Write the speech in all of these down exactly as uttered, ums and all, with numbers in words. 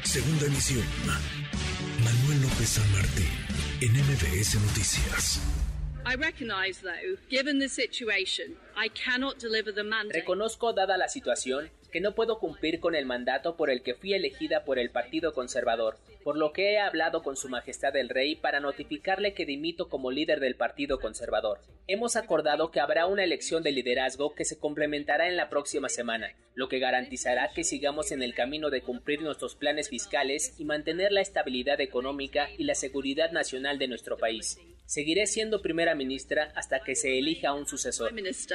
Segunda emisión. Manuel López San Martín, en M B S Noticias. Reconozco, dada la situación, que no puedo cumplir con el mandato por el que fui elegida por el Partido Conservador, por lo que he hablado con Su Majestad el Rey para notificarle que dimito como líder del Partido Conservador. Hemos acordado que habrá una elección de liderazgo que se complementará en la próxima semana, lo que garantizará que sigamos en el camino de cumplir nuestros planes fiscales y mantener la estabilidad económica y la seguridad nacional de nuestro país. Seguiré siendo primera ministra hasta que se elija un sucesor.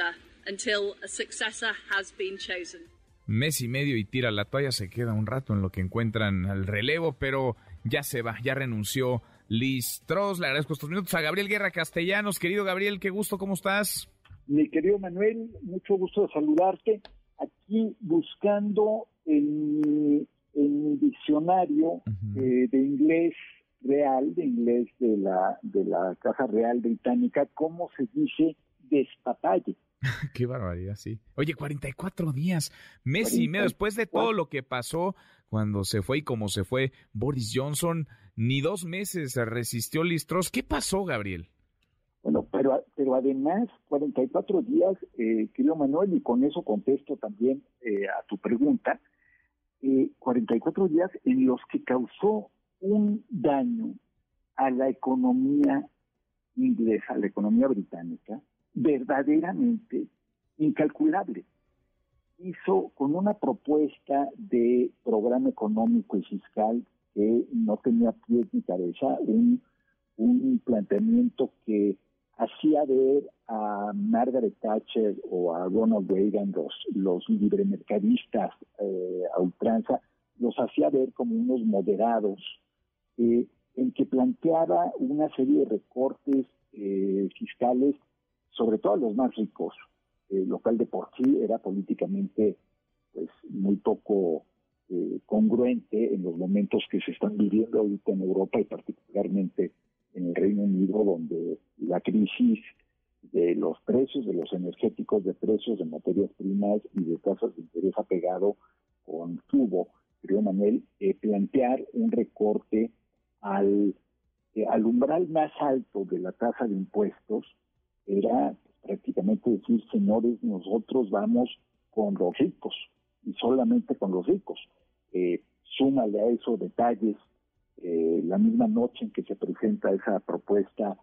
Mes y medio y tira la toalla, se queda un rato en lo que encuentran al relevo, pero ya se va, ya renunció Liz Truss. Le agradezco estos minutos a Gabriel Guerra Castellanos. Querido Gabriel, qué gusto, ¿cómo estás? Mi querido Manuel, mucho gusto de saludarte. Aquí buscando en mi, en mi diccionario uh-huh. eh, de inglés real, de inglés de la, de la Casa Real Británica, cómo se dice despapalle. Qué barbaridad, sí. Oye, cuarenta y cuatro días, mes y medio después de todo lo que pasó cuando se fue y como se fue Boris Johnson, ni dos meses resistió Liz Truss. ¿Qué pasó, Gabriel? Bueno, pero, pero además, cuarenta y cuatro días, eh, querido Manuel, y con eso contesto también eh, a tu pregunta, eh, cuarenta y cuatro días en los que causó un daño a la economía inglesa, a la economía británica, verdaderamente incalculable. Hizo con una propuesta de programa económico y fiscal que no tenía pies ni cabeza, un, un planteamiento que hacía ver a Margaret Thatcher o a Ronald Reagan, los, los libremercadistas eh, a ultranza, los hacía ver como unos moderados, eh, en que planteaba una serie de recortes eh, fiscales sobre todo a los más ricos, eh, lo cual de por sí era políticamente pues muy poco eh, congruente en los momentos que se están viviendo ahorita en Europa y particularmente en el Reino Unido, donde la crisis de los precios, de los energéticos, de precios de materias primas y de tasas de interés ha pegado con tubo, creo Manuel, eh, plantear un recorte al, eh, al umbral más alto de la tasa de impuestos. Era prácticamente decir, señores, nosotros vamos con los ricos y solamente con los ricos. Eh, súmale a esos detalles, eh, la misma noche en que se presenta esa propuesta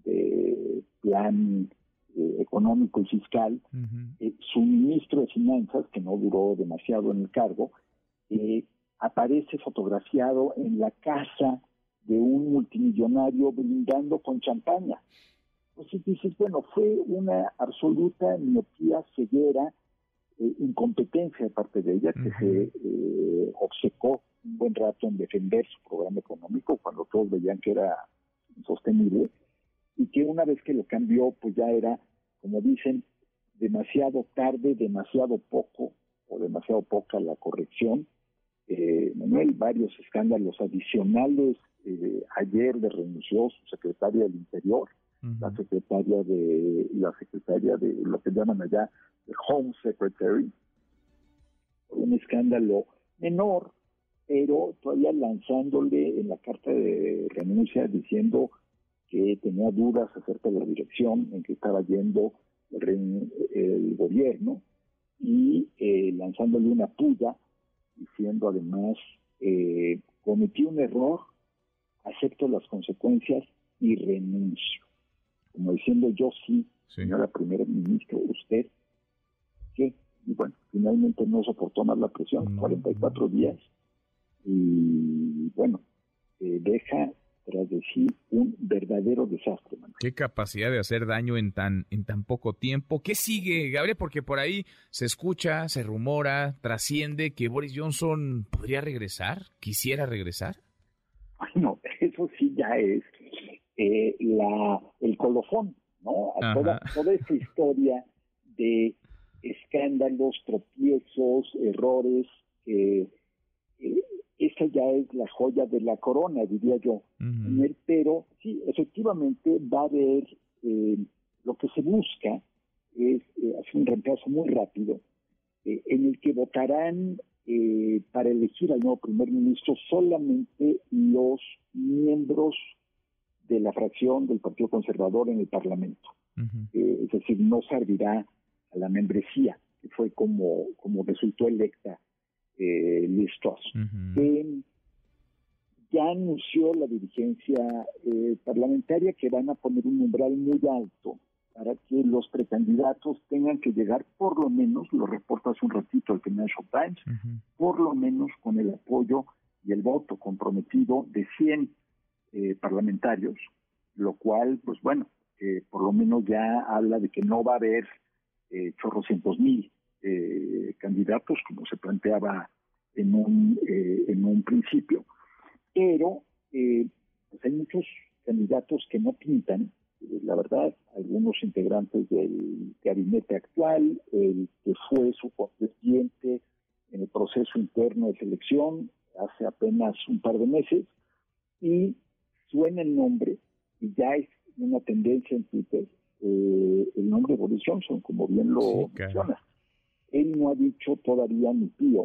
de plan eh, económico y fiscal, uh-huh. eh, su ministro de Finanzas, que no duró demasiado en el cargo, eh, aparece fotografiado en la casa de un multimillonario brindando con champaña. Entonces dices, bueno, fue una absoluta miopía, ceguera, eh, incompetencia de parte de ella, que uh-huh. se eh, obcecó un buen rato en defender su programa económico cuando todos veían que era insostenible, y que una vez que lo cambió, pues ya era, como dicen, demasiado tarde, demasiado poco o demasiado poca la corrección. Eh, Manuel, varios escándalos adicionales. Eh, ayer le renunció su secretaria del Interior, uh-huh. la secretaria de la secretaria de lo que llaman allá el Home Secretary, un escándalo menor, pero todavía lanzándole en la carta de renuncia diciendo que tenía dudas acerca de la dirección en que estaba yendo el, el gobierno y eh, lanzándole una puya diciendo además eh, cometí un error, acepto las consecuencias y renuncio. Como diciendo, yo sí, sí. señora primera ministra, usted, ¿qué? Y bueno, finalmente no soportó más la presión, no, cuarenta y cuatro no. días, y bueno, eh, deja tras de sí un verdadero desastre. Man. Qué capacidad de hacer daño en tan, en tan poco tiempo. ¿Qué sigue, Gabriel? Porque por ahí se escucha, se rumora, trasciende que Boris Johnson podría regresar, quisiera regresar. Bueno, eso sí ya es eh, la el colofón, ¿no? A toda, toda esta historia de escándalos, tropiezos, errores, que eh, esa ya es la joya de la corona, diría yo. Uh-huh. Pero sí, efectivamente va a haber, eh, lo que se busca es eh, hacer un reemplazo muy rápido, eh, en el que votarán eh, eh, para elegir al nuevo primer ministro solamente los miembros de la fracción del Partido Conservador en el Parlamento. Uh-huh. Eh, es decir, no servirá a la membresía, que fue como, como resultó electa eh, Liz Truss. Uh-huh. Eh, ya anunció la dirigencia eh, parlamentaria que van a poner un umbral muy alto para que los precandidatos tengan que llegar por lo menos, lo reporta hace un ratito el Financial Times, uh-huh. por lo menos con el apoyo y el voto comprometido de cien eh, parlamentarios, lo cual, pues bueno, eh, por lo menos ya habla de que no va a haber eh, chorrocientos mil eh, candidatos como se planteaba en un, eh, en un principio, pero eh, pues hay muchos candidatos que no pintan. La verdad, algunos integrantes del gabinete actual, el que fue su contendiente en el proceso interno de selección hace apenas un par de meses, y suena el nombre, y ya es una tendencia en Twitter, eh, el nombre de Boris Johnson, como bien lo sí, menciona. Él no ha dicho todavía ni pío,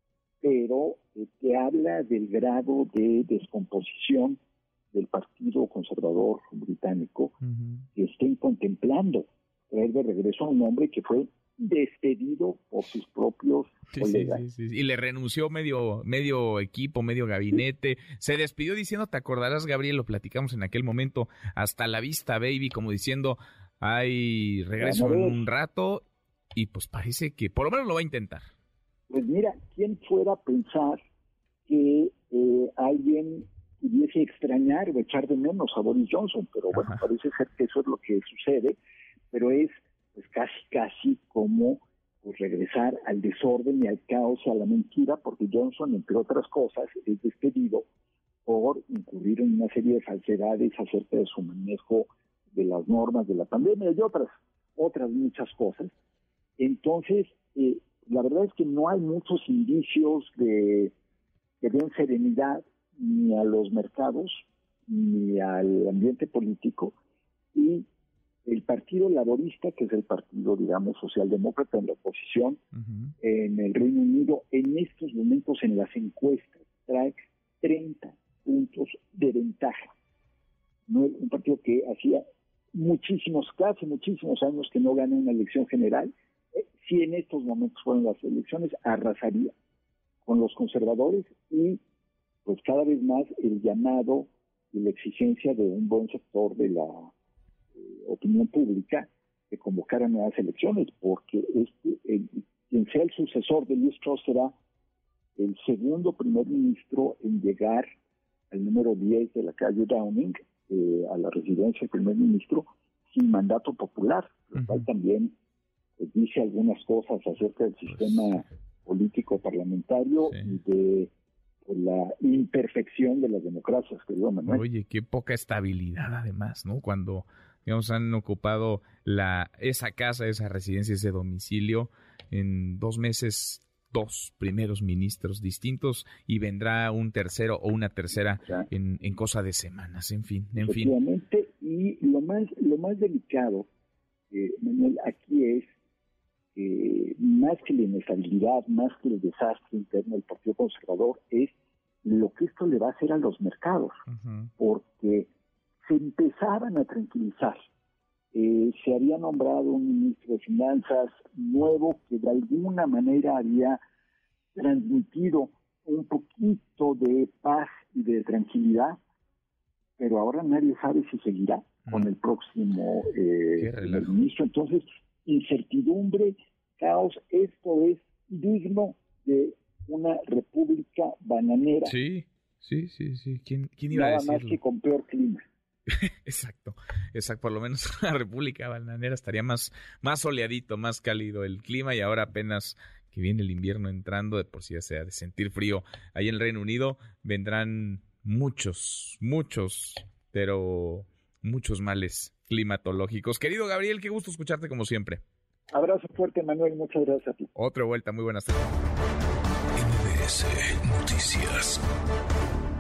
pero eh, te habla del grado de descomposición del Partido Conservador británico, uh-huh. que estén contemplando traer de regreso a un hombre que fue despedido por sus propios sí, colegas. Sí, sí, sí. Y le renunció medio, medio equipo, medio gabinete. Sí. Se despidió diciendo, te acordarás, Gabriel, lo platicamos en aquel momento, hasta la vista, baby, como diciendo, ay, regreso en un rato, y pues parece que por lo menos lo va a intentar. Pues mira, ¿quién fuera a pensar que eh, alguien pudiese extrañar o echar de menos a Boris Johnson? Pero bueno, Ajá. parece ser que eso es lo que sucede, pero es pues casi casi como pues, regresar al desorden y al caos y a la mentira, porque Johnson, entre otras cosas, es despedido por incurrir en una serie de falsedades acerca de su manejo de las normas de la pandemia y otras, otras muchas cosas. Entonces, eh, la verdad es que no hay muchos indicios de que den serenidad ni a los mercados, ni al ambiente político, y el Partido Laborista, que es el partido, digamos, socialdemócrata en la oposición, uh-huh. en el Reino Unido, en estos momentos en las encuestas, trae treinta puntos de ventaja. No es un partido que hacía muchísimos, casi muchísimos años que no gana una elección general. Eh, si en estos momentos fueron las elecciones, arrasaría con los conservadores y pues cada vez más el llamado y la exigencia de un buen sector de la eh, opinión pública de convocar a nuevas elecciones, porque este, el, quien sea el sucesor de Liz Truss será el segundo primer ministro en llegar al número diez de la calle Downing, eh, a la residencia del primer ministro, sin mandato popular, lo uh-huh. cual también eh, dice algunas cosas acerca del sistema pues, político parlamentario sí. y de la imperfección de las democracias, querido Manuel. Oye, qué poca estabilidad además, ¿no? Cuando, digamos, han ocupado la esa casa, esa residencia, ese domicilio, en dos meses, dos primeros ministros distintos, y vendrá un tercero o una tercera en, en cosa de semanas, en fin, en fin. Y lo más, lo más delicado, eh, Manuel, aquí es Eh, más que la inestabilidad, más que el desastre interno del Partido Conservador, es lo que esto le va a hacer a los mercados, uh-huh. porque se empezaban a tranquilizar. Eh, se había nombrado un ministro de Finanzas nuevo que de alguna manera había transmitido un poquito de paz y de tranquilidad, pero ahora nadie sabe si seguirá uh-huh. con el próximo eh, el ministro. Entonces, incertidumbre, caos, esto es digno de una república bananera. Sí, sí, sí, sí. ¿Quién, quién iba Nada a decirlo? Nada más que con peor clima. Exacto, exacto. Por lo menos la república bananera estaría más, más soleadito, más cálido el clima, y ahora apenas que viene el invierno entrando, de por sí ya sea de sentir frío. Ahí en el Reino Unido vendrán muchos, muchos, pero muchos males climatológicos. Querido Gabriel, qué gusto escucharte como siempre. Abrazo fuerte, Manuel, muchas gracias a ti. Otra vuelta, muy buenas tardes. M B S Noticias.